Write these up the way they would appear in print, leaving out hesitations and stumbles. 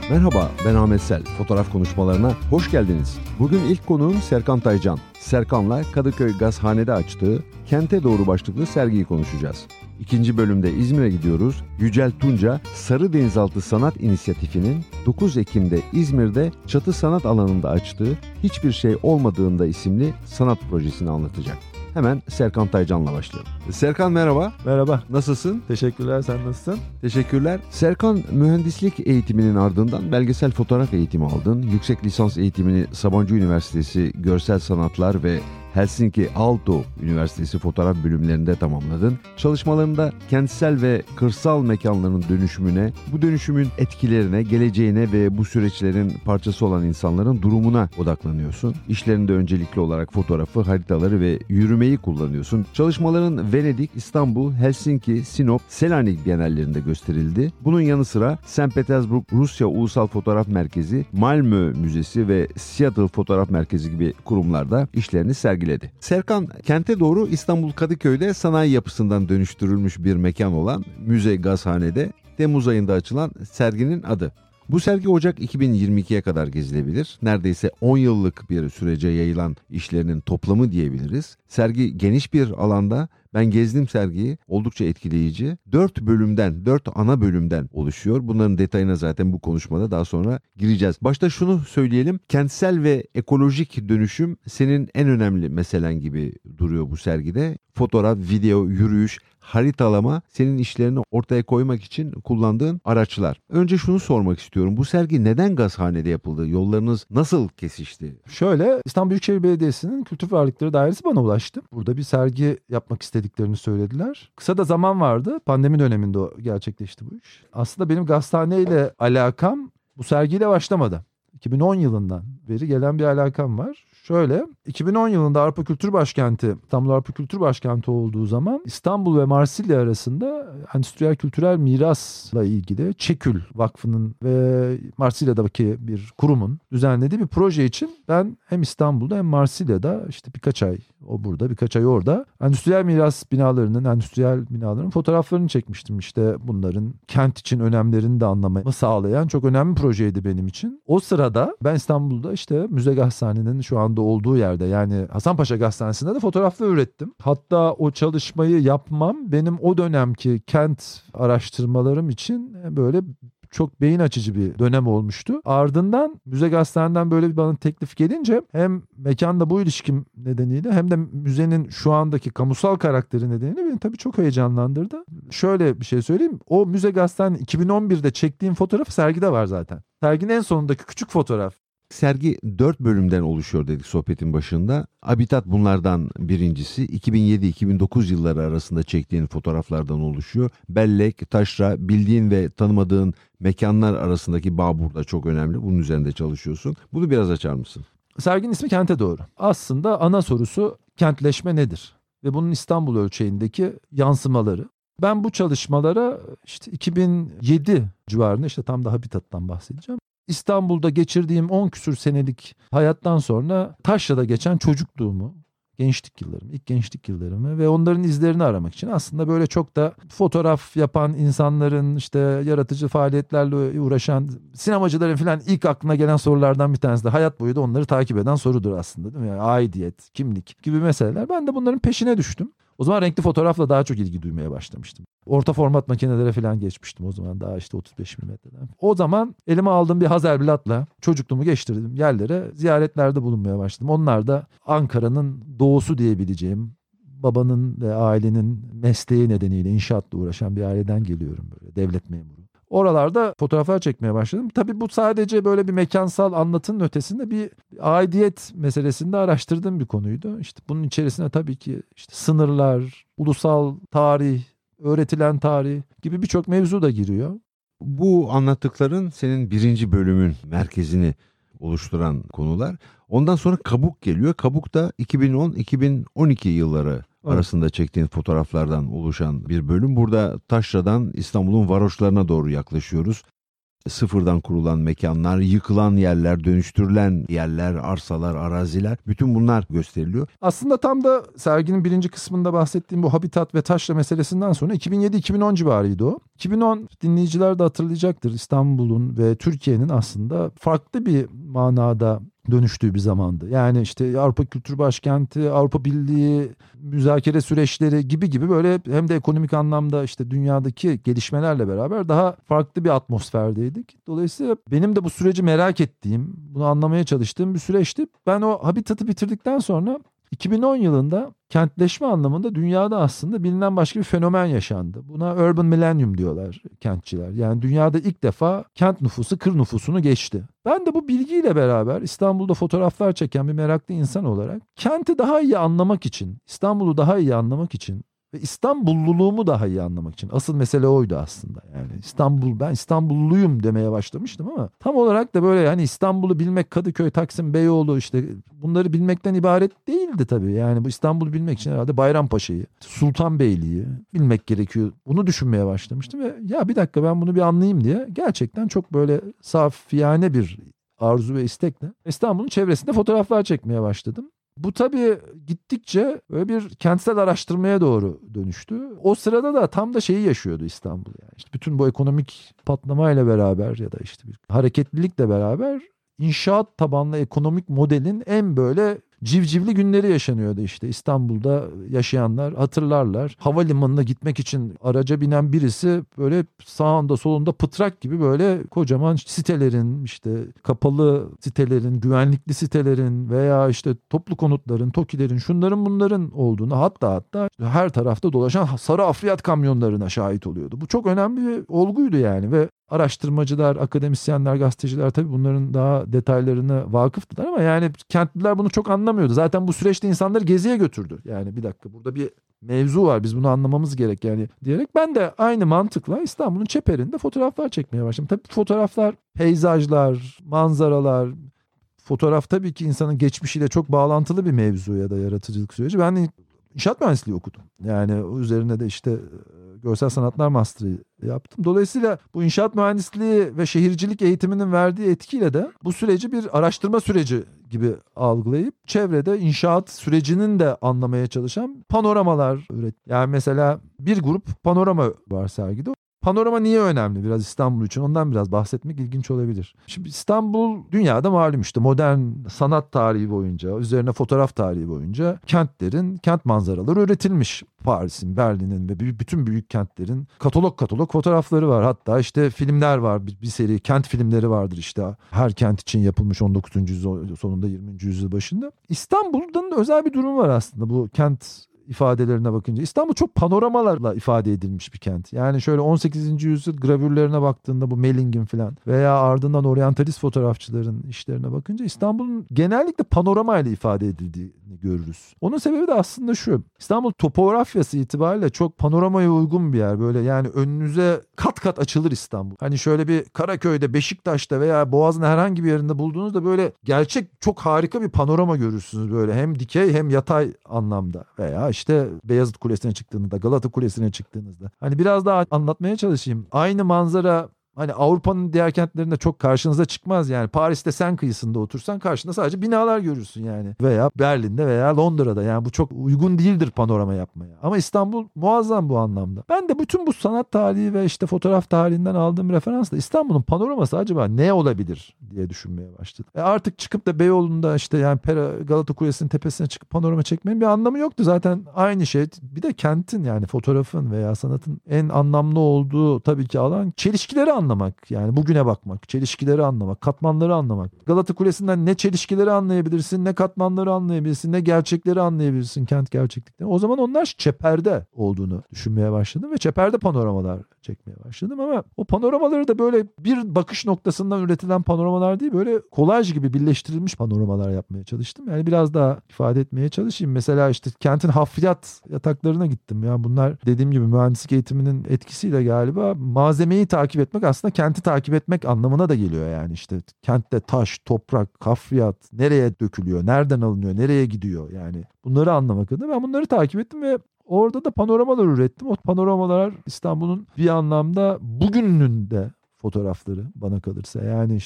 Merhaba, ben Ahmet Sel. Fotoğraf konuşmalarına hoş geldiniz. Bugün ilk konuğum Serkan Taycan. Serkan'la Kadıköy Gazhane'de açtığı Kente Doğru başlıklı sergiyi konuşacağız. İkinci bölümde İzmir'e gidiyoruz. Yücel Tunca, Sarı Denizaltı Sanat İnisiyatifi'nin 9 Ekim'de İzmir'de Çatı Sanat Alanı'nda açtığı Hiçbir Şey Olmadığında isimli sanat projesini anlatacak. Hemen Serkan Taycan'la başlayalım. Serkan merhaba. Merhaba. Nasılsın? Teşekkürler, sen nasılsın? Teşekkürler. Serkan, mühendislik eğitiminin ardından belgesel fotoğraf eğitimi aldın. Yüksek lisans eğitimini Sabancı Üniversitesi Görsel Sanatlar ve Helsinki Aalto Üniversitesi Fotoğraf bölümlerinde tamamladın. Çalışmalarında kentsel ve kırsal mekanların dönüşümüne, bu dönüşümün etkilerine, geleceğine ve bu süreçlerin parçası olan insanların durumuna odaklanıyorsun. İşlerinde öncelikli olarak fotoğrafı, haritaları ve yürümeyi kullanıyorsun. Çalışmaların Venedik, İstanbul, Helsinki, Sinop, Selanik Bienallerinde gösterildi. Bunun yanı sıra St. Petersburg Rusya Ulusal Fotoğraf Merkezi, Malmö Müzesi ve Seattle Fotoğraf Merkezi gibi kurumlarda işlerini sergiledi. Serkan, Kente Doğru İstanbul Kadıköy'de sanayi yapısından dönüştürülmüş bir mekan olan Müze Gazhane'de Temmuz ayında açılan serginin adı. Bu sergi Ocak 2022'ye kadar gezilebilir. Neredeyse 10 yıllık bir sürece yayılan işlerinin toplamı diyebiliriz. Sergi geniş bir alanda. Ben gezdim sergiyi. Oldukça etkileyici. 4 ana bölümden oluşuyor. Bunların detayına zaten bu konuşmada daha sonra gireceğiz. Başta şunu söyleyelim. Kentsel ve ekolojik dönüşüm senin en önemli meselen gibi duruyor bu sergide. Fotoğraf, video, yürüyüş, haritalama senin işlerini ortaya koymak için kullandığın araçlar. Önce şunu sormak istiyorum. Bu sergi neden Gazhane'de yapıldı? Yollarınız nasıl kesişti? Şöyle, İstanbul Büyükşehir Belediyesi'nin Kültür Varlıkları Dairesi bana ulaştı. Burada bir sergi yapmak istediklerini söylediler. Kısa da zaman vardı. Pandemi döneminde gerçekleşti bu iş. Aslında benim Gazhane ile alakam bu sergiyle başlamadı. 2010 yılından beri gelen bir alakam var. Şöyle, 2010 yılında Avrupa Kültür Başkenti, İstanbul Avrupa Kültür Başkenti olduğu zaman İstanbul ve Marsilya arasında endüstriyel kültürel mirasla ilgili Çekül Vakfı'nın ve Marsilya'daki bir kurumun düzenlediği bir proje için ben hem İstanbul'da hem Marsilya'da işte birkaç ay o burada, birkaç ay orada endüstriyel miras binalarının fotoğraflarını çekmiştim. İşte bunların kent için önemlerini de anlamamı sağlayan çok önemli bir projeydi benim için. O sırada ben İstanbul'da işte Müze Gazhane'nin şu anda olduğu yerde, yani Hasanpaşa Gazhanesi'nde de fotoğraflar ürettim. Hatta o çalışmayı yapmam benim o dönemki kent araştırmalarım için böyle çok beyin açıcı bir dönem olmuştu. Ardından Müze Gazhane'den böyle bir bana teklif gelince hem mekanda bu ilişkim nedeniyle hem de müzenin şu andaki kamusal karakteri nedeniyle beni tabii çok heyecanlandırdı. Şöyle bir şey söyleyeyim. O Müze Gazhane 2011'de çektiğim fotoğraf sergide var zaten. Serginin en sonundaki küçük fotoğraf. Sergi 4 bölümden oluşuyor dedik sohbetin başında. Habitat bunlardan birincisi. 2007-2009 yılları arasında çektiğin fotoğraflardan oluşuyor. Bellek, taşra, bildiğin ve tanımadığın mekanlar arasındaki bağ burada çok önemli. Bunun üzerinde çalışıyorsun. Bunu biraz açar mısın? Serginin ismi Kente Doğru. Aslında ana sorusu kentleşme nedir? Ve bunun İstanbul ölçeğindeki yansımaları. Ben bu çalışmalara işte 2007 civarında işte tam da Habitat'tan bahsedeceğim. İstanbul'da geçirdiğim 10 küsür senelik hayattan sonra Taşra'da geçen çocukluğumu, ilk gençlik yıllarımı ve onların izlerini aramak için aslında böyle çok da fotoğraf yapan insanların, işte yaratıcı faaliyetlerle uğraşan sinemacıların falan ilk aklına gelen sorulardan bir tanesi de hayat boyu da onları takip eden sorudur aslında, değil mi? Yani aidiyet, kimlik gibi meseleler. Ben de bunların peşine düştüm. O zaman renkli fotoğrafla daha çok ilgi duymaya başlamıştım. Orta format makinelere falan geçmiştim o zaman, daha işte 35 milimetreden. O zaman elime aldığım bir Hasselblatt'la çocukluğumu geçtirdiğim yerlere ziyaretlerde bulunmaya başladım. Onlar da Ankara'nın doğusu diyebileceğim, babanın ve ailenin mesleği nedeniyle inşaatla uğraşan bir aileden geliyorum, böyle devlet memuru. Oralarda fotoğraflar çekmeye başladım. Tabii bu sadece böyle bir mekansal anlatının ötesinde bir aidiyet meselesinde araştırdığım bir konuydu. İşte bunun içerisine tabii ki işte sınırlar, ulusal tarih, öğretilen tarih gibi birçok mevzu da giriyor. Bu anlattıkların senin birinci bölümün merkezini oluşturan konular. Ondan sonra Kabuk geliyor. Kabuk da 2010-2012 yılları arasında çektiğin fotoğraflardan oluşan bir bölüm. Burada Taşra'dan İstanbul'un varoşlarına doğru yaklaşıyoruz. Sıfırdan kurulan mekanlar, yıkılan yerler, dönüştürülen yerler, arsalar, araziler, bütün bunlar gösteriliyor. Aslında tam da serginin birinci kısmında bahsettiğim bu habitat ve taşra meselesinden sonra 2007-2010 civarıydı o. 2010 dinleyiciler de hatırlayacaktır. İstanbul'un ve Türkiye'nin aslında farklı bir manada dönüştüğü bir zamandı. Yani işte Avrupa Kültür Başkenti, Avrupa Birliği, müzakere süreçleri gibi böyle hem de ekonomik anlamda işte dünyadaki gelişmelerle beraber daha farklı bir atmosferdeydik. Dolayısıyla benim de bu süreci merak ettiğim, bunu anlamaya çalıştığım bir süreçti. Ben o Habitat'ı bitirdikten sonra 2010 yılında kentleşme anlamında dünyada aslında bilinen başka bir fenomen yaşandı. Buna Urban Millennium diyorlar kentçiler. Yani dünyada ilk defa kent nüfusu kır nüfusunu geçti. Ben de bu bilgiyle beraber İstanbul'da fotoğraflar çeken bir meraklı insan olarak kenti daha iyi anlamak için, İstanbul'u daha iyi anlamak için ve İstanbulluluğumu daha iyi anlamak için. Asıl mesele oydu aslında. Yani ben İstanbulluyum demeye başlamıştım ama tam olarak da böyle yani İstanbul'u bilmek, Kadıköy, Taksim, Beyoğlu işte bunları bilmekten ibaret değildi tabii. Yani bu İstanbul'u bilmek için herhalde Bayrampaşa'yı, Sultanbeyli'yi bilmek gerekiyor. Bunu düşünmeye başlamıştım ve ya bir dakika ben bunu bir anlayayım diye gerçekten çok böyle safiyane bir arzu ve istekle İstanbul'un çevresinde fotoğraflar çekmeye başladım. Bu tabii gittikçe böyle bir kentsel araştırmaya doğru dönüştü. O sırada da tam da şeyi yaşıyordu İstanbul yani. İşte bütün bu ekonomik patlamayla beraber ya da işte bir hareketlilikle beraber inşaat tabanlı ekonomik modelin en böyle civcivli günleri yaşanıyordu işte. İstanbul'da yaşayanlar hatırlarlar. Havalimanına gitmek için araca binen birisi böyle sağında solunda pıtrak gibi böyle kocaman sitelerin işte kapalı sitelerin, güvenlikli sitelerin veya işte toplu konutların, TOKİ'lerin şunların bunların olduğunu hatta her tarafta dolaşan sarı afriyat kamyonlarına şahit oluyordu. Bu çok önemli bir olguydu yani ve araştırmacılar, akademisyenler, gazeteciler tabii bunların daha detaylarına vakıftılar ama yani kentliler bunu çok anlamıyordu. Zaten bu süreçte insanları geziye götürdü. Yani bir dakika burada bir mevzu var biz bunu anlamamız gerek yani diyerek ben de aynı mantıkla İstanbul'un çeperinde fotoğraflar çekmeye başladım. Tabii fotoğraflar, peyzajlar, manzaralar, fotoğraf tabii ki insanın geçmişiyle çok bağlantılı bir mevzu ya da yaratıcılık süreci. Ben inşaat mühendisliği okudum. Yani üzerine de işte görsel sanatlar master'ı yaptım. Dolayısıyla bu inşaat mühendisliği ve şehircilik eğitiminin verdiği etkiyle de bu süreci bir araştırma süreci gibi algılayıp çevrede inşaat sürecinin de anlamaya çalışan panoramalar üret. Yani mesela bir grup panorama var sergide. Panorama niye önemli biraz İstanbul için? Ondan biraz bahsetmek ilginç olabilir. Şimdi İstanbul dünyada malum işte modern sanat tarihi boyunca, üzerine fotoğraf tarihi boyunca kent manzaraları üretilmiş. Paris'in, Berlin'in ve bütün büyük kentlerin katalog fotoğrafları var. Hatta işte filmler var. Bir seri kent filmleri vardır işte. Her kent için yapılmış 19. yüzyıl sonunda 20. yüzyıl başında. İstanbul'dan özel bir durum var aslında bu kent ifadelerine bakınca. İstanbul çok panoramalarla ifade edilmiş bir kent. Yani şöyle 18. yüzyıl gravürlerine baktığında bu Melling'in falan veya ardından oryantalist fotoğrafçıların işlerine bakınca İstanbul'un genellikle panoramayla ifade edildiğini görürüz. Onun sebebi de aslında şu. İstanbul topografyası itibariyle çok panoramaya uygun bir yer. Böyle yani önünüze kat kat açılır İstanbul. Hani şöyle bir Karaköy'de, Beşiktaş'ta veya Boğaz'ın herhangi bir yerinde bulduğunuzda böyle gerçek çok harika bir panorama görürsünüz böyle. Hem dikey hem yatay anlamda veya işte Beyazıt Kulesi'ne çıktığınızda, Galata Kulesi'ne çıktığınızda. Hani biraz daha anlatmaya çalışayım. Aynı manzara hani Avrupa'nın diğer kentlerinde çok karşınıza çıkmaz yani. Paris'te Sen kıyısında otursan karşında sadece binalar görürsün yani. Veya Berlin'de veya Londra'da yani bu çok uygun değildir panorama yapmaya. Ama İstanbul muazzam bu anlamda. Ben de bütün bu sanat tarihi ve işte fotoğraf tarihinden aldığım referansla İstanbul'un panoraması acaba ne olabilir diye düşünmeye başladım. Artık çıkıp da Beyoğlu'nda işte yani Galata Kulesi'nin tepesine çıkıp panorama çekmenin bir anlamı yoktu. Zaten aynı şey. Bir de kentin yani fotoğrafın veya sanatın en anlamlı olduğu tabii ki alan çelişkileri anlamak. Yani bugüne bakmak, çelişkileri anlamak, katmanları anlamak. Galata Kulesi'nden ne çelişkileri anlayabilirsin, ne katmanları anlayabilirsin, ne gerçekleri anlayabilirsin, kent gerçeklikleri. O zaman onlar çeperde olduğunu düşünmeye başladım ve çeperde panoramalar çekmeye başladım ama o panoramaları da böyle bir bakış noktasından üretilen panoramalar değil, böyle kolaj gibi birleştirilmiş panoramalar yapmaya çalıştım. Yani biraz daha ifade etmeye çalışayım. Mesela işte kentin hafriyat yataklarına gittim. Yani bunlar dediğim gibi mühendislik eğitiminin etkisiyle galiba malzemeyi takip etmek aslında kenti takip etmek anlamına da geliyor yani işte kentte taş, toprak, hafriyat nereye dökülüyor, nereden alınıyor, nereye gidiyor yani bunları anlamak adına ben bunları takip ettim ve orada da panoramalar ürettim. O panoramalar İstanbul'un bir anlamda bugününün de fotoğrafları bana kalırsa. Yani işte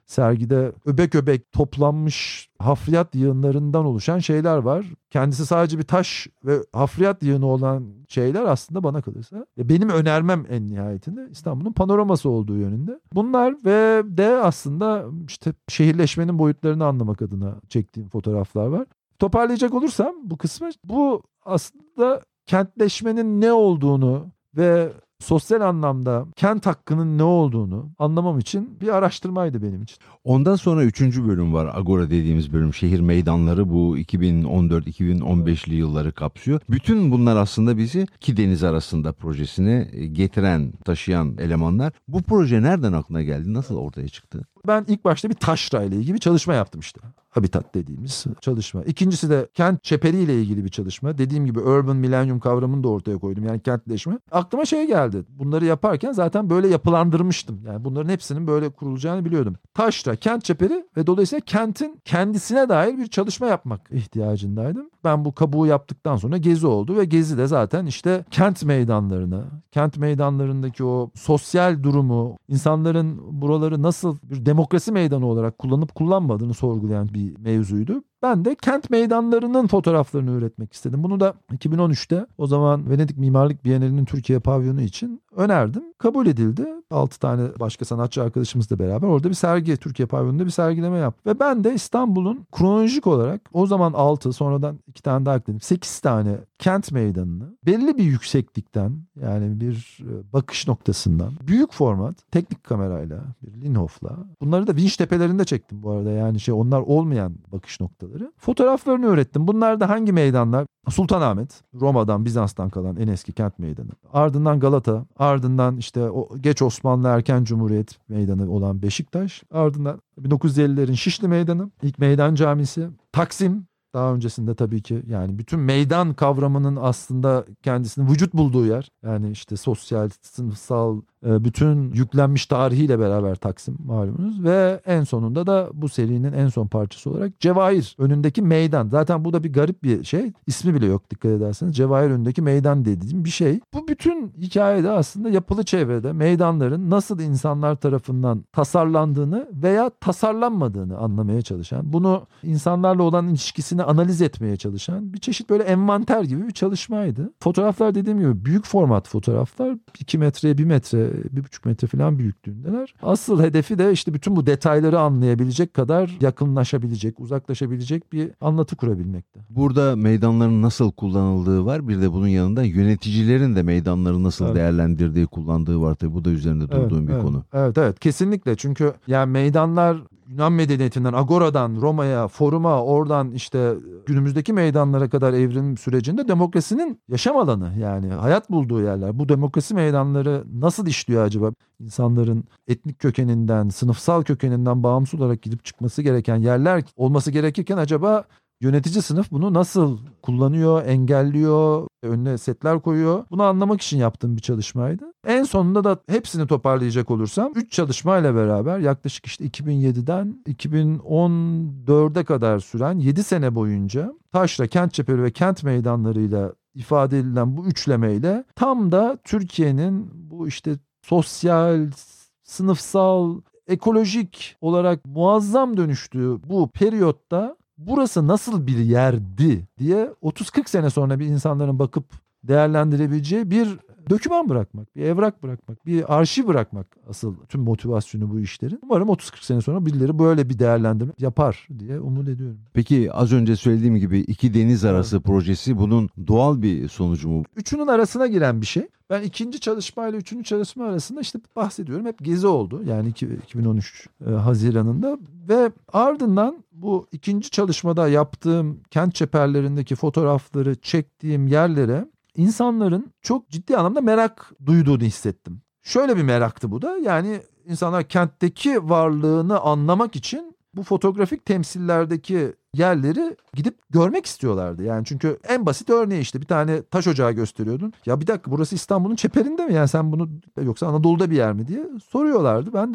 sergide öbek öbek toplanmış hafriyat yığınlarından oluşan şeyler var. Kendisi sadece bir taş ve hafriyat yığını olan şeyler aslında bana kalırsa benim önermem en nihayetinde İstanbul'un panoraması olduğu yönünde. Bunlar ve de aslında işte şehirleşmenin boyutlarını anlamak adına çektiğim fotoğraflar var. Toparlayacak olursam bu kısmı, bu aslında kentleşmenin ne olduğunu ve sosyal anlamda kent hakkının ne olduğunu anlamam için bir araştırmaydı benim için. Ondan sonra 3. bölüm var. Agora dediğimiz bölüm. Şehir meydanları, bu 2014-2015'li yılları kapsıyor. Bütün bunlar aslında bizi İki Deniz Arasında projesine getiren, taşıyan elemanlar. Bu proje nereden aklına geldi? Nasıl ortaya çıktı? Ben ilk başta bir taşra ile ilgili bir çalışma yaptım işte. Habitat dediğimiz çalışma. İkincisi de kent çeperiyle ilgili bir çalışma. Dediğim gibi urban millennium kavramını da ortaya koydum. Yani kentleşme. Aklıma şey geldi. Bunları yaparken zaten böyle yapılandırmıştım. Yani bunların hepsinin böyle kurulacağını biliyordum. Taşra, kent çeperi ve dolayısıyla kentin kendisine dair bir çalışma yapmak ihtiyacındaydım. Ben bu kabuğu yaptıktan sonra Gezi oldu ve Gezi de zaten işte kent meydanlarını, kent meydanlarındaki o sosyal durumu, insanların buraları nasıl bir demokrasi meydanı olarak kullanıp kullanmadığını sorgulayan bir mevzuydu. Ben de kent meydanlarının fotoğraflarını üretmek istedim. Bunu da 2013'te o zaman Venedik Mimarlık Bienalinin Türkiye pavyonu için önerdim. Kabul edildi. 6 tane başka sanatçı arkadaşımızla beraber orada bir sergi, Türkiye pavyonunda bir sergileme yaptık. Ve ben de İstanbul'un kronolojik olarak o zaman 6, sonradan 2 tane daha ekledim. 8 tane kent meydanını belli bir yükseklikten, yani bir bakış noktasından, büyük format teknik kamerayla, bir Linhof'la, bunları da vinç tepelerinde çektim bu arada, yani onlar olmayan bakış noktaları. Fotoğraflarını öğrettim. Bunlar da hangi meydanlar? Sultanahmet, Roma'dan, Bizans'tan kalan en eski kent meydanı. Ardından Galata, ardından işte o geç Osmanlı Erken Cumhuriyet meydanı olan Beşiktaş, ardından 1950'lerin Şişli Meydanı, ilk meydan camisi, Taksim, daha öncesinde tabii ki yani bütün meydan kavramının aslında kendisinin vücut bulduğu yer. Yani işte sosyal, sınıfsal, bütün yüklenmiş tarihiyle beraber Taksim malumunuz. Ve en sonunda da bu serinin en son parçası olarak Cevahir önündeki meydan. Zaten bu da bir garip bir şey. İsmi bile yok dikkat ederseniz. Cevahir önündeki meydan dediğim bir şey. Bu bütün hikayede aslında yapılı çevrede meydanların nasıl insanlar tarafından tasarlandığını veya tasarlanmadığını anlamaya çalışan, bunu insanlarla olan ilişkisini analiz etmeye çalışan bir çeşit böyle envanter gibi bir çalışmaydı. Fotoğraflar dediğim gibi büyük format fotoğraflar. 2 metre, 1 metre, 1,5 metre falan büyüklüğündeler. Asıl hedefi de işte bütün bu detayları anlayabilecek kadar yakınlaşabilecek, uzaklaşabilecek bir anlatı kurabilmekte. Burada meydanların nasıl kullanıldığı var. Bir de bunun yanında yöneticilerin de meydanları nasıl değerlendirdiği, kullandığı var. Tabii bu da üzerinde durduğum bir konu. Evet, kesinlikle. Çünkü yani meydanlar Yunan medeniyetinden, Agora'dan, Roma'ya, Forum'a, oradan işte günümüzdeki meydanlara kadar evrim sürecinde demokrasinin yaşam alanı, yani hayat bulduğu yerler. Bu demokrasi meydanları nasıl işliyor acaba? İnsanların etnik kökeninden, sınıfsal kökeninden bağımsız olarak gidip çıkması gereken yerler olması gerekirken acaba yönetici sınıf bunu nasıl kullanıyor, engelliyor, önüne setler koyuyor? Bunu anlamak için yaptığım bir çalışmaydı. En sonunda da hepsini toparlayacak olursam 3 çalışmayla beraber yaklaşık işte 2007'den 2014'e kadar süren 7 sene boyunca taşra, kent çeperi ve kent meydanlarıyla ifade edilen bu üçlemeyle tam da Türkiye'nin bu işte sosyal, sınıfsal, ekolojik olarak muazzam dönüştüğü bu periyotta burası nasıl bir yerdi diye 30-40 sene sonra bir insanların bakıp değerlendirebileceği bir doküman bırakmak, bir evrak bırakmak, bir arşiv bırakmak asıl tüm motivasyonu bu işlerin. Umarım 30-40 sene sonra birileri böyle bir değerlendirme yapar diye umut ediyorum. Peki az önce söylediğim gibi İki Deniz Arası projesi bunun doğal bir sonucu mu? Üçünün arasına giren bir şey. Ben ikinci çalışmayla üçüncü çalışma arasında işte bahsediyorum. Hep Gezi oldu. Yani 2013 Haziran'ında ve ardından bu ikinci çalışmada yaptığım kent çeperlerindeki fotoğrafları çektiğim yerlere insanların çok ciddi anlamda merak duyduğunu hissettim. Şöyle bir meraktı bu da. Yani insanlar kentteki varlığını anlamak için bu fotoğrafik temsillerdeki yerleri gidip görmek istiyorlardı. Yani çünkü en basit örneği işte bir tane taş ocağı gösteriyordun. Ya bir dakika, burası İstanbul'un çeperinde mi? Yani sen bunu, yoksa Anadolu'da bir yer mi diye soruyorlardı. Ben de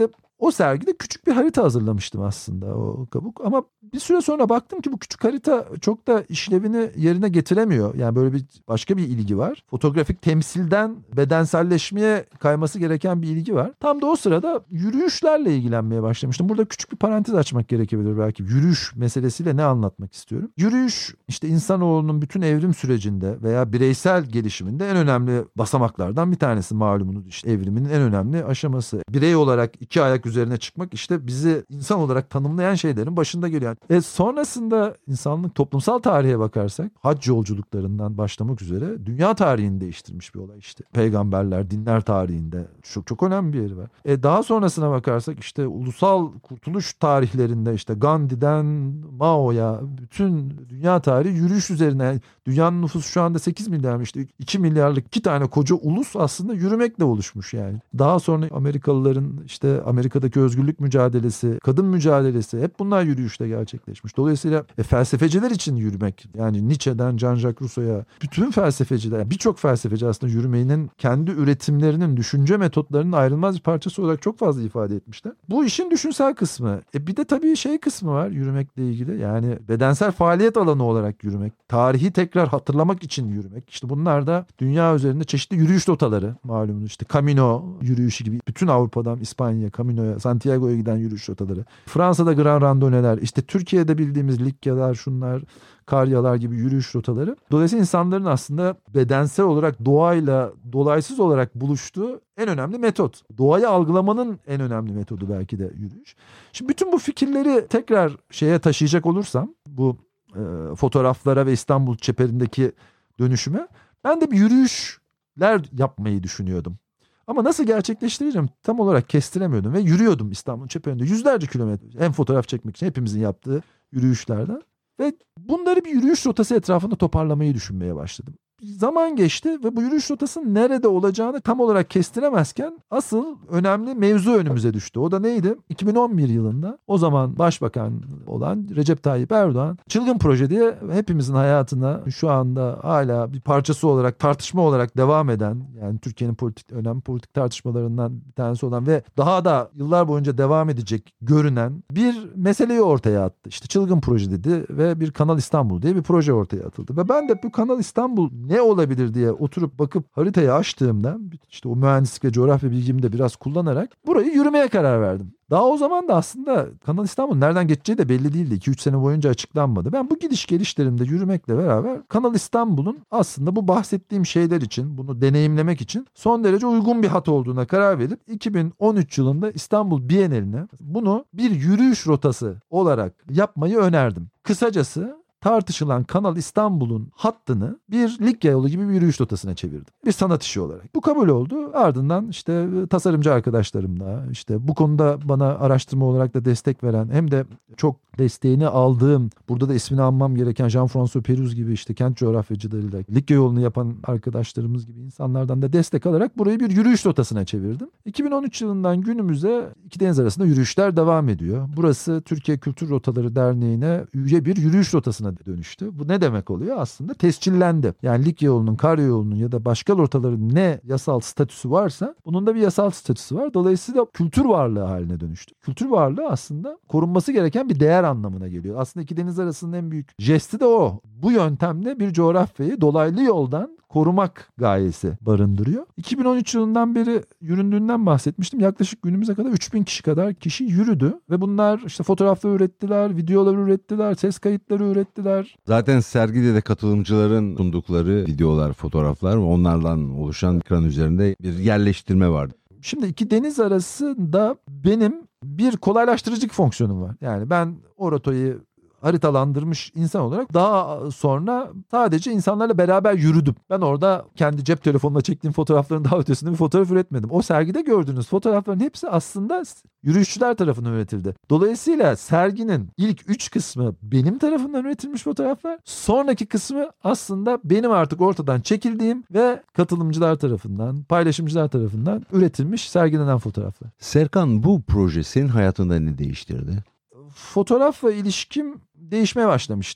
O sergide küçük bir harita hazırlamıştım aslında o kabuk. Ama bir süre sonra baktım ki bu küçük harita çok da işlevini yerine getiremiyor. Yani böyle bir başka bir ilgi var. Fotoğrafik temsilden bedenselleşmeye kayması gereken bir ilgi var. Tam da o sırada yürüyüşlerle ilgilenmeye başlamıştım. Burada küçük bir parantez açmak gerekebilir belki. Yürüyüş meselesiyle ne anlatmak istiyorum? Yürüyüş işte insanoğlunun bütün evrim sürecinde veya bireysel gelişiminde en önemli basamaklardan bir tanesi, malumunuz işte evriminin en önemli aşaması. Birey olarak iki ayak üzerine çıkmak işte bizi insan olarak tanımlayan şeylerin başında geliyor. Sonrasında insanlık toplumsal tarihe bakarsak hac yolculuklarından başlamak üzere dünya tarihini değiştirmiş bir olay işte. Peygamberler, dinler tarihinde çok çok önemli bir yeri var. Daha sonrasına bakarsak işte ulusal kurtuluş tarihlerinde işte Gandhi'den Mao'ya bütün dünya tarihi yürüyüş üzerine. Yani dünyanın nüfusu şu anda 8 milyar, işte 2 milyarlık 2 tane koca ulus aslında yürümekle oluşmuş yani. Daha sonra Amerikalıların işte Amerika'daki özgürlük mücadelesi, kadın mücadelesi hep bunlar yürüyüşle gerçekleşmiş. Dolayısıyla felsefeciler için yürümek, yani Nietzsche'den Jean-Jacques Rousseau'ya bütün felsefeciler, birçok felsefeci aslında yürümenin kendi üretimlerinin, düşünce metotlarının ayrılmaz bir parçası olarak çok fazla ifade etmişler. Bu işin düşünsel kısmı. Bir de tabii şey kısmı var yürümekle ilgili. Yani bedensel faaliyet alanı olarak yürümek, tarihi tekrar hatırlamak için yürümek. İşte bunlar da dünya üzerinde çeşitli yürüyüş rotaları, malumunuz işte Camino yürüyüşü gibi bütün Avrupa'dan İspanya, Camino'ya, Santiago'ya giden yürüyüş rotaları. Fransa'da Grand Randoneler, işte Türkiye'de bildiğimiz Likyalar, şunlar, Karyalar gibi yürüyüş rotaları. Dolayısıyla insanların aslında bedensel olarak doğayla dolaysız olarak buluştuğu en önemli metot. Doğayı algılamanın en önemli metodu belki de yürüyüş. Şimdi bütün bu fikirleri tekrar şeye taşıyacak olursam, bu fotoğraflara ve İstanbul çeperindeki dönüşüme, ben de bir yürüyüşler yapmayı düşünüyordum. Ama nasıl gerçekleştireceğim tam olarak kestiremiyordum ve yürüyordum İstanbul çeperinde yüzlerce kilometre. Hem fotoğraf çekmek için hepimizin yaptığı yürüyüşlerden. Ve bunları bir yürüyüş rotası etrafında toparlamayı düşünmeye başladım. Zaman geçti ve bu yürüyüş rotasının nerede olacağını tam olarak kestiremezken asıl önemli mevzu önümüze düştü. O da neydi? 2011 yılında o zaman başbakan olan Recep Tayyip Erdoğan Çılgın Proje diye hepimizin hayatına şu anda hala bir parçası olarak, tartışma olarak devam eden, yani Türkiye'nin önemli politik tartışmalarından bir tanesi olan ve daha da yıllar boyunca devam edecek görünen bir meseleyi ortaya attı. İşte Çılgın Proje dedi ve bir Kanal İstanbul diye bir proje ortaya atıldı. Ve ben de bu Kanal İstanbul ne olabilir diye oturup bakıp haritayı açtığımda işte o mühendislik ve coğrafya bilgimi de biraz kullanarak burayı yürümeye karar verdim. Daha o zaman da aslında Kanal İstanbul nereden geçeceği de belli değildi. 2-3 sene boyunca açıklanmadı. Ben bu gidiş gelişlerimde yürümekle beraber Kanal İstanbul'un aslında bu bahsettiğim şeyler için, bunu deneyimlemek için son derece uygun bir hat olduğuna karar verip 2013 yılında İstanbul Bienali'ne bunu bir yürüyüş rotası olarak yapmayı önerdim. Kısacası tartışılan Kanal İstanbul'un hattını bir Likya yolu gibi bir yürüyüş rotasına çevirdim. Bir sanat işi olarak. Bu kabul oldu. Ardından işte tasarımcı arkadaşlarımla, işte bu konuda bana araştırma olarak da destek veren, hem de çok desteğini aldığım, burada da ismini anmam gereken Jean-François Pérouse gibi işte kent coğrafyacılarıyla Likya yolunu yapan arkadaşlarımız gibi insanlardan da destek alarak burayı bir yürüyüş rotasına çevirdim. 2013 yılından günümüze iki deniz arasında yürüyüşler devam ediyor. Burası Türkiye Kültür Rotaları Derneği'ne üye bir yürüyüş rotasına dönüştü. Bu ne demek oluyor? Aslında tescillendi. Yani Likya yolunun, Karayolu'nun ya da başka rotaların ne yasal statüsü varsa bunun da bir yasal statüsü var. Dolayısıyla kültür varlığı haline dönüştü. Kültür varlığı aslında korunması gereken bir değer anlamına geliyor. Aslında iki deniz arasının en büyük jesti de o. Bu yöntemle bir coğrafyayı dolaylı yoldan korumak gayesi barındırıyor. 2013 yılından beri yüründüğünden bahsetmiştim. Yaklaşık günümüze kadar 3000 kişi kadar kişi yürüdü ve bunlar işte fotoğraflar ürettiler, videolar ürettiler, ses kayıtları ürettiler. Zaten sergide de katılımcıların sundukları videolar, fotoğraflar, onlardan oluşan ekran üzerinde bir yerleştirme vardı. Şimdi iki deniz arasında benim bir kolaylaştırıcı fonksiyonum var. Yani ben o rotayı haritalandırmış insan olarak daha sonra sadece insanlarla beraber yürüdüm. Ben orada kendi cep telefonumla çektiğim fotoğrafların daha ötesinde bir fotoğraf üretmedim. O sergide gördüğünüz fotoğrafların hepsi aslında yürüyüşçüler tarafından üretildi. Dolayısıyla serginin ilk 3 kısmı benim tarafından üretilmiş fotoğraflar. Sonraki kısmı aslında benim artık ortadan çekildiğim ve katılımcılar tarafından, paylaşımcılar tarafından üretilmiş, sergilenen fotoğraflar. Serkan, bu proje senin hayatında ne değiştirdi? Fotoğrafla ilişkim değişmeye başlamıştı.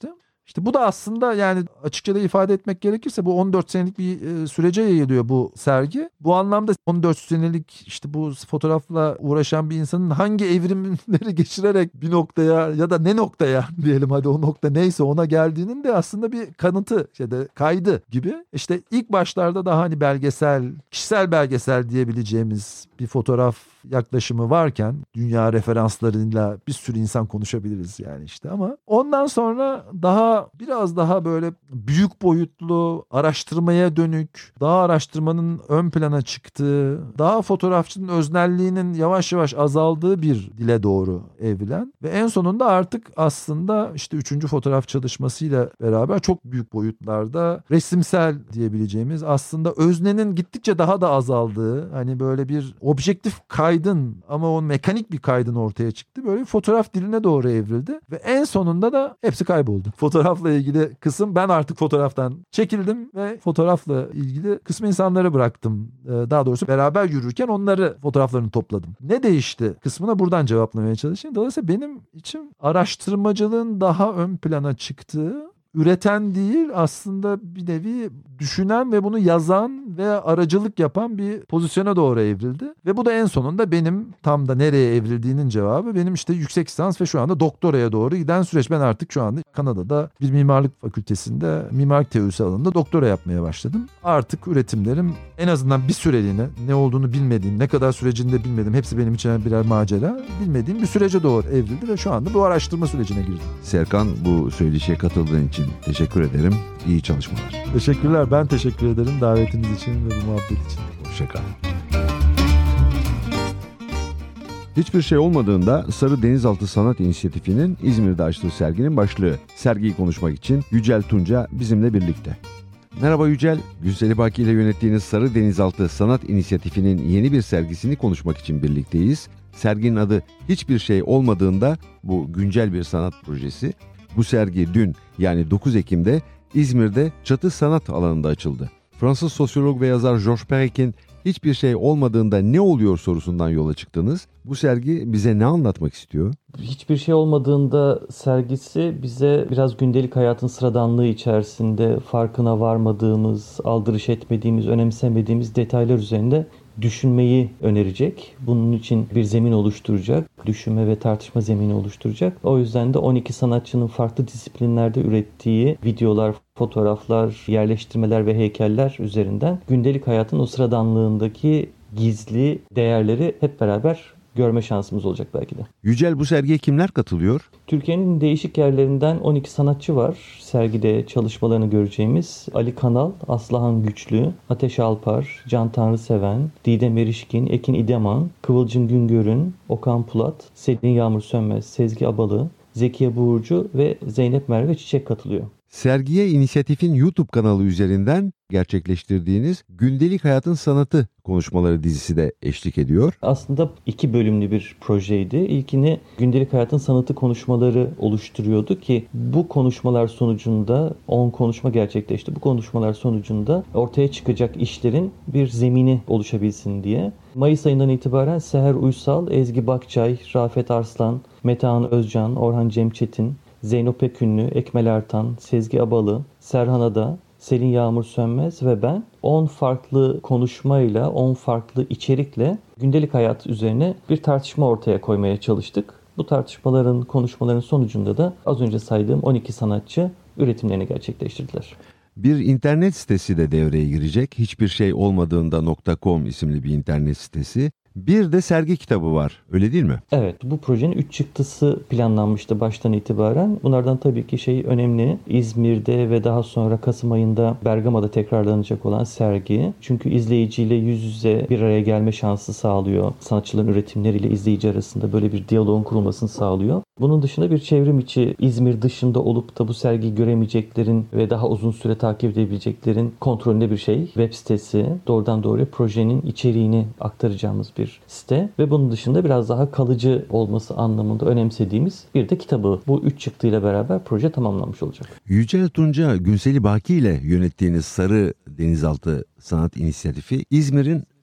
İşte bu da aslında yani açıkça da ifade etmek gerekirse bu 14 senelik bir sürece yayılıyor bu sergi. Bu anlamda 14 senelik işte bu fotoğrafla uğraşan bir insanın hangi evrimleri geçirerek bir noktaya ya da ne noktaya diyelim, hadi o nokta neyse ona geldiğinin de aslında bir kanıtı, kaydı gibi. İşte ilk başlarda daha hani belgesel, kişisel belgesel diyebileceğimiz bir fotoğraf yaklaşımı varken dünya referanslarıyla bir sürü insan konuşabiliriz yani işte, ama ondan sonra biraz daha böyle büyük boyutlu, araştırmaya dönük, daha araştırmanın ön plana çıktığı, daha fotoğrafçının öznelliğinin yavaş yavaş azaldığı bir dile doğru evrilen ve en sonunda artık aslında işte 3. fotoğraf çalışmasıyla beraber çok büyük boyutlarda resimsel diyebileceğimiz, aslında öznenin gittikçe daha da azaldığı, hani böyle bir objektif kaydın ama o mekanik bir kaydın ortaya çıktı. Böyle bir fotoğraf diline doğru evrildi ve en sonunda da hepsi kayboldu. Fotoğrafla ilgili kısım, ben artık fotoğraftan çekildim ve fotoğrafla ilgili kısmı insanlara bıraktım. Daha doğrusu beraber yürürken onları, fotoğraflarını topladım. Ne değişti kısmına buradan cevaplamaya çalışayım. Dolayısıyla benim için araştırmacılığın daha ön plana çıktığı, üreten değil aslında bir nevi düşünen ve bunu yazan ve aracılık yapan bir pozisyona doğru evrildi. Ve bu da en sonunda benim tam da nereye evrildiğinin cevabı benim işte yüksek lisans ve şu anda doktoraya doğru giden süreç. Ben artık şu anda Kanada'da bir mimarlık fakültesinde mimarlık teorisi alanında doktora yapmaya başladım. Artık üretimlerim en azından bir süreliğine, ne olduğunu bilmediğim, ne kadar sürecinde bilmediğim, hepsi benim için birer macera, bilmediğim bir sürece doğru evrildi ve şu anda bu araştırma sürecine girdim. Serkan, bu söyleşiye katıldığın için teşekkür ederim. İyi çalışmalar. Teşekkürler. Ben teşekkür ederim davetiniz için ve bu muhabbet için. Hoşça kal. Hiçbir şey olmadığında Sarı Denizaltı Sanat İnisiyatifi'nin İzmir'de açtığı serginin başlığı. Sergiyi konuşmak için Yücel Tunca bizimle birlikte. Merhaba Yücel, Gülseli Baki ile yönettiğiniz Sarı Denizaltı Sanat İnisiyatifi'nin yeni bir sergisini konuşmak için birlikteyiz. Serginin adı Hiçbir Şey Olmadığında, bu güncel bir sanat projesi. Bu sergi dün, yani 9 Ekim'de İzmir'de Çatı Sanat alanında açıldı. Fransız sosyolog ve yazar Georges Perec'in hiçbir şey olmadığında ne oluyor sorusundan yola çıktınız. Bu sergi bize ne anlatmak istiyor? Hiçbir şey olmadığında sergisi bize biraz gündelik hayatın sıradanlığı içerisinde farkına varmadığımız, aldırış etmediğimiz, önemsemediğimiz detaylar üzerinde düşünmeyi önerecek. Bunun için bir zemin oluşturacak. Düşünme ve tartışma zemini oluşturacak. O yüzden de 12 sanatçının farklı disiplinlerde ürettiği videolar, fotoğraflar, yerleştirmeler ve heykeller üzerinden gündelik hayatın o sıradanlığındaki gizli değerleri hep beraber görme şansımız olacak belki de. Yücel, bu sergiye kimler katılıyor? Türkiye'nin değişik yerlerinden 12 sanatçı var. Sergide çalışmalarını göreceğimiz Ali Kanal, Aslıhan Güçlü, Ateş Alpar, Can Tanrıseven, Didem Erişkin, Ekin İdeman, Kıvılcım Güngör'ün, Okan Pulat, Selin Yağmur Sönmez, Sezgi Abalı, Zekiye Buğurcu ve Zeynep Merve Çiçek katılıyor. Sergiye İnisiyatif'in YouTube kanalı üzerinden gerçekleştirdiğiniz Gündelik Hayatın Sanatı konuşmaları dizisi de eşlik ediyor. Aslında 2 bölümlü bir projeydi. İlkini gündelik hayatın sanatı konuşmaları oluşturuyordu ki bu konuşmalar sonucunda 10 konuşma gerçekleşti. Bu konuşmalar sonucunda ortaya çıkacak işlerin bir zemini oluşabilsin diye. Mayıs ayından itibaren Seher Uysal, Ezgi Bakçay, Rafet Arslan, Metehan Özcan, Orhan Cemçetin, Zeyno Pekünlü, Ekmel Ertan, Sezgi Abalı, Serhan Ada, Selin Yağmur Sönmez ve ben 10 farklı konuşmayla, 10 farklı içerikle gündelik hayat üzerine bir tartışma ortaya koymaya çalıştık. Bu tartışmaların, konuşmaların sonucunda da az önce saydığım 12 sanatçı üretimlerini gerçekleştirdiler. Bir internet sitesi de devreye girecek. Hiçbir şey olmadığında.com isimli bir internet sitesi. Bir de sergi kitabı var, öyle değil mi? Evet, bu projenin 3 çıktısı planlanmıştı baştan itibaren. Bunlardan tabii ki önemli. İzmir'de ve daha sonra Kasım ayında Bergama'da tekrarlanacak olan sergi. Çünkü izleyiciyle yüz yüze bir araya gelme şansı sağlıyor. Sanatçıların üretimleriyle izleyici arasında böyle bir diyaloğun kurulmasını sağlıyor. Bunun dışında bir çevrim içi, İzmir dışında olup da bu sergiyi göremeyeceklerin ve daha uzun süre takip edebileceklerin kontrolünde bir web sitesi. Doğrudan doğruya projenin içeriğini aktaracağımız bir site ve bunun dışında biraz daha kalıcı olması anlamında önemsediğimiz bir de kitabı. Bu 3 çıktıyla beraber proje tamamlanmış olacak. Yücel Tunca, Günseli Baki ile yönettiğiniz Sarı Denizaltı Sanat İnisiyatifi İzmir'in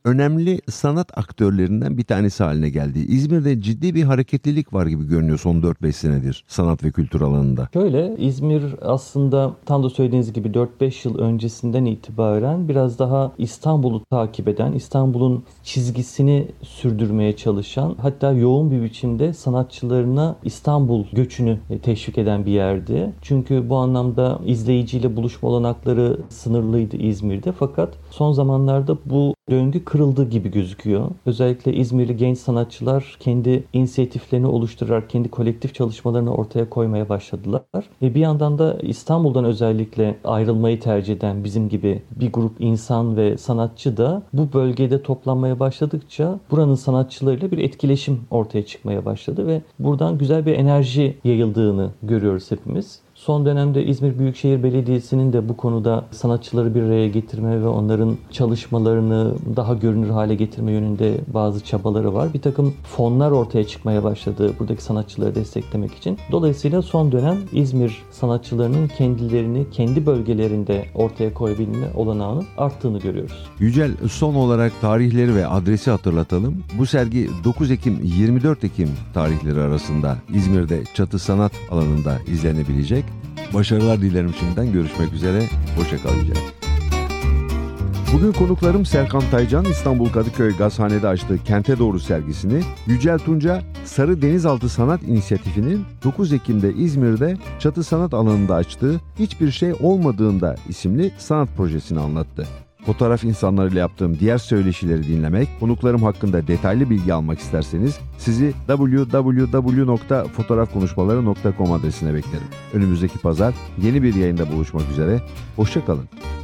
önemli sanat aktörlerinden bir tanesi haline geldi. İzmir'de ciddi bir hareketlilik var gibi görünüyor son 4-5 senedir sanat ve kültür alanında. Şöyle, İzmir aslında tam da söylediğiniz gibi 4-5 yıl öncesinden itibaren biraz daha İstanbul'u takip eden, İstanbul'un çizgisini sürdürmeye çalışan, hatta yoğun bir biçimde sanatçılarına İstanbul göçünü teşvik eden bir yerdi. Çünkü bu anlamda izleyiciyle buluşma olanakları sınırlıydı İzmir'de. Fakat son zamanlarda bu döngü kırıldı gibi gözüküyor. Özellikle İzmirli genç sanatçılar kendi inisiyatiflerini oluşturarak kendi kolektif çalışmalarını ortaya koymaya başladılar. Ve bir yandan da İstanbul'dan özellikle ayrılmayı tercih eden bizim gibi bir grup insan ve sanatçı da bu bölgede toplanmaya başladıkça buranın sanatçılarıyla bir etkileşim ortaya çıkmaya başladı ve buradan güzel bir enerji yayıldığını görüyoruz hepimiz. Son dönemde İzmir Büyükşehir Belediyesi'nin de bu konuda sanatçıları bir araya getirme ve onların çalışmalarını daha görünür hale getirme yönünde bazı çabaları var. Bir takım fonlar ortaya çıkmaya başladı buradaki sanatçıları desteklemek için. Dolayısıyla son dönem İzmir sanatçılarının kendilerini kendi bölgelerinde ortaya koyabilme olanağının arttığını görüyoruz. Yücel, son olarak tarihleri ve adresi hatırlatalım. Bu sergi 9 Ekim-24 Ekim tarihleri arasında İzmir'de Çatı Sanat Alanı'nda izlenebilecek. Başarılar dilerim şimdiden. Görüşmek üzere. Hoşça kal Yücel. Bugün konuklarım Serkan Taycan, İstanbul Kadıköy Gazhane'de açtığı Kente Doğru sergisini, Yücel Tunca, Sarı Denizaltı Sanat İnisiyatifi'nin 9 Ekim'de İzmir'de Çatı Sanat Alanı'nda açtığı Hiçbir Şey Olmadığında isimli sanat projesini anlattı. Fotoğraf insanlarıyla yaptığım diğer söyleşileri dinlemek, konuklarım hakkında detaylı bilgi almak isterseniz sizi www.fotoğrafkonuşmaları.com adresine beklerim. Önümüzdeki pazar yeni bir yayında buluşmak üzere. Hoşça kalın.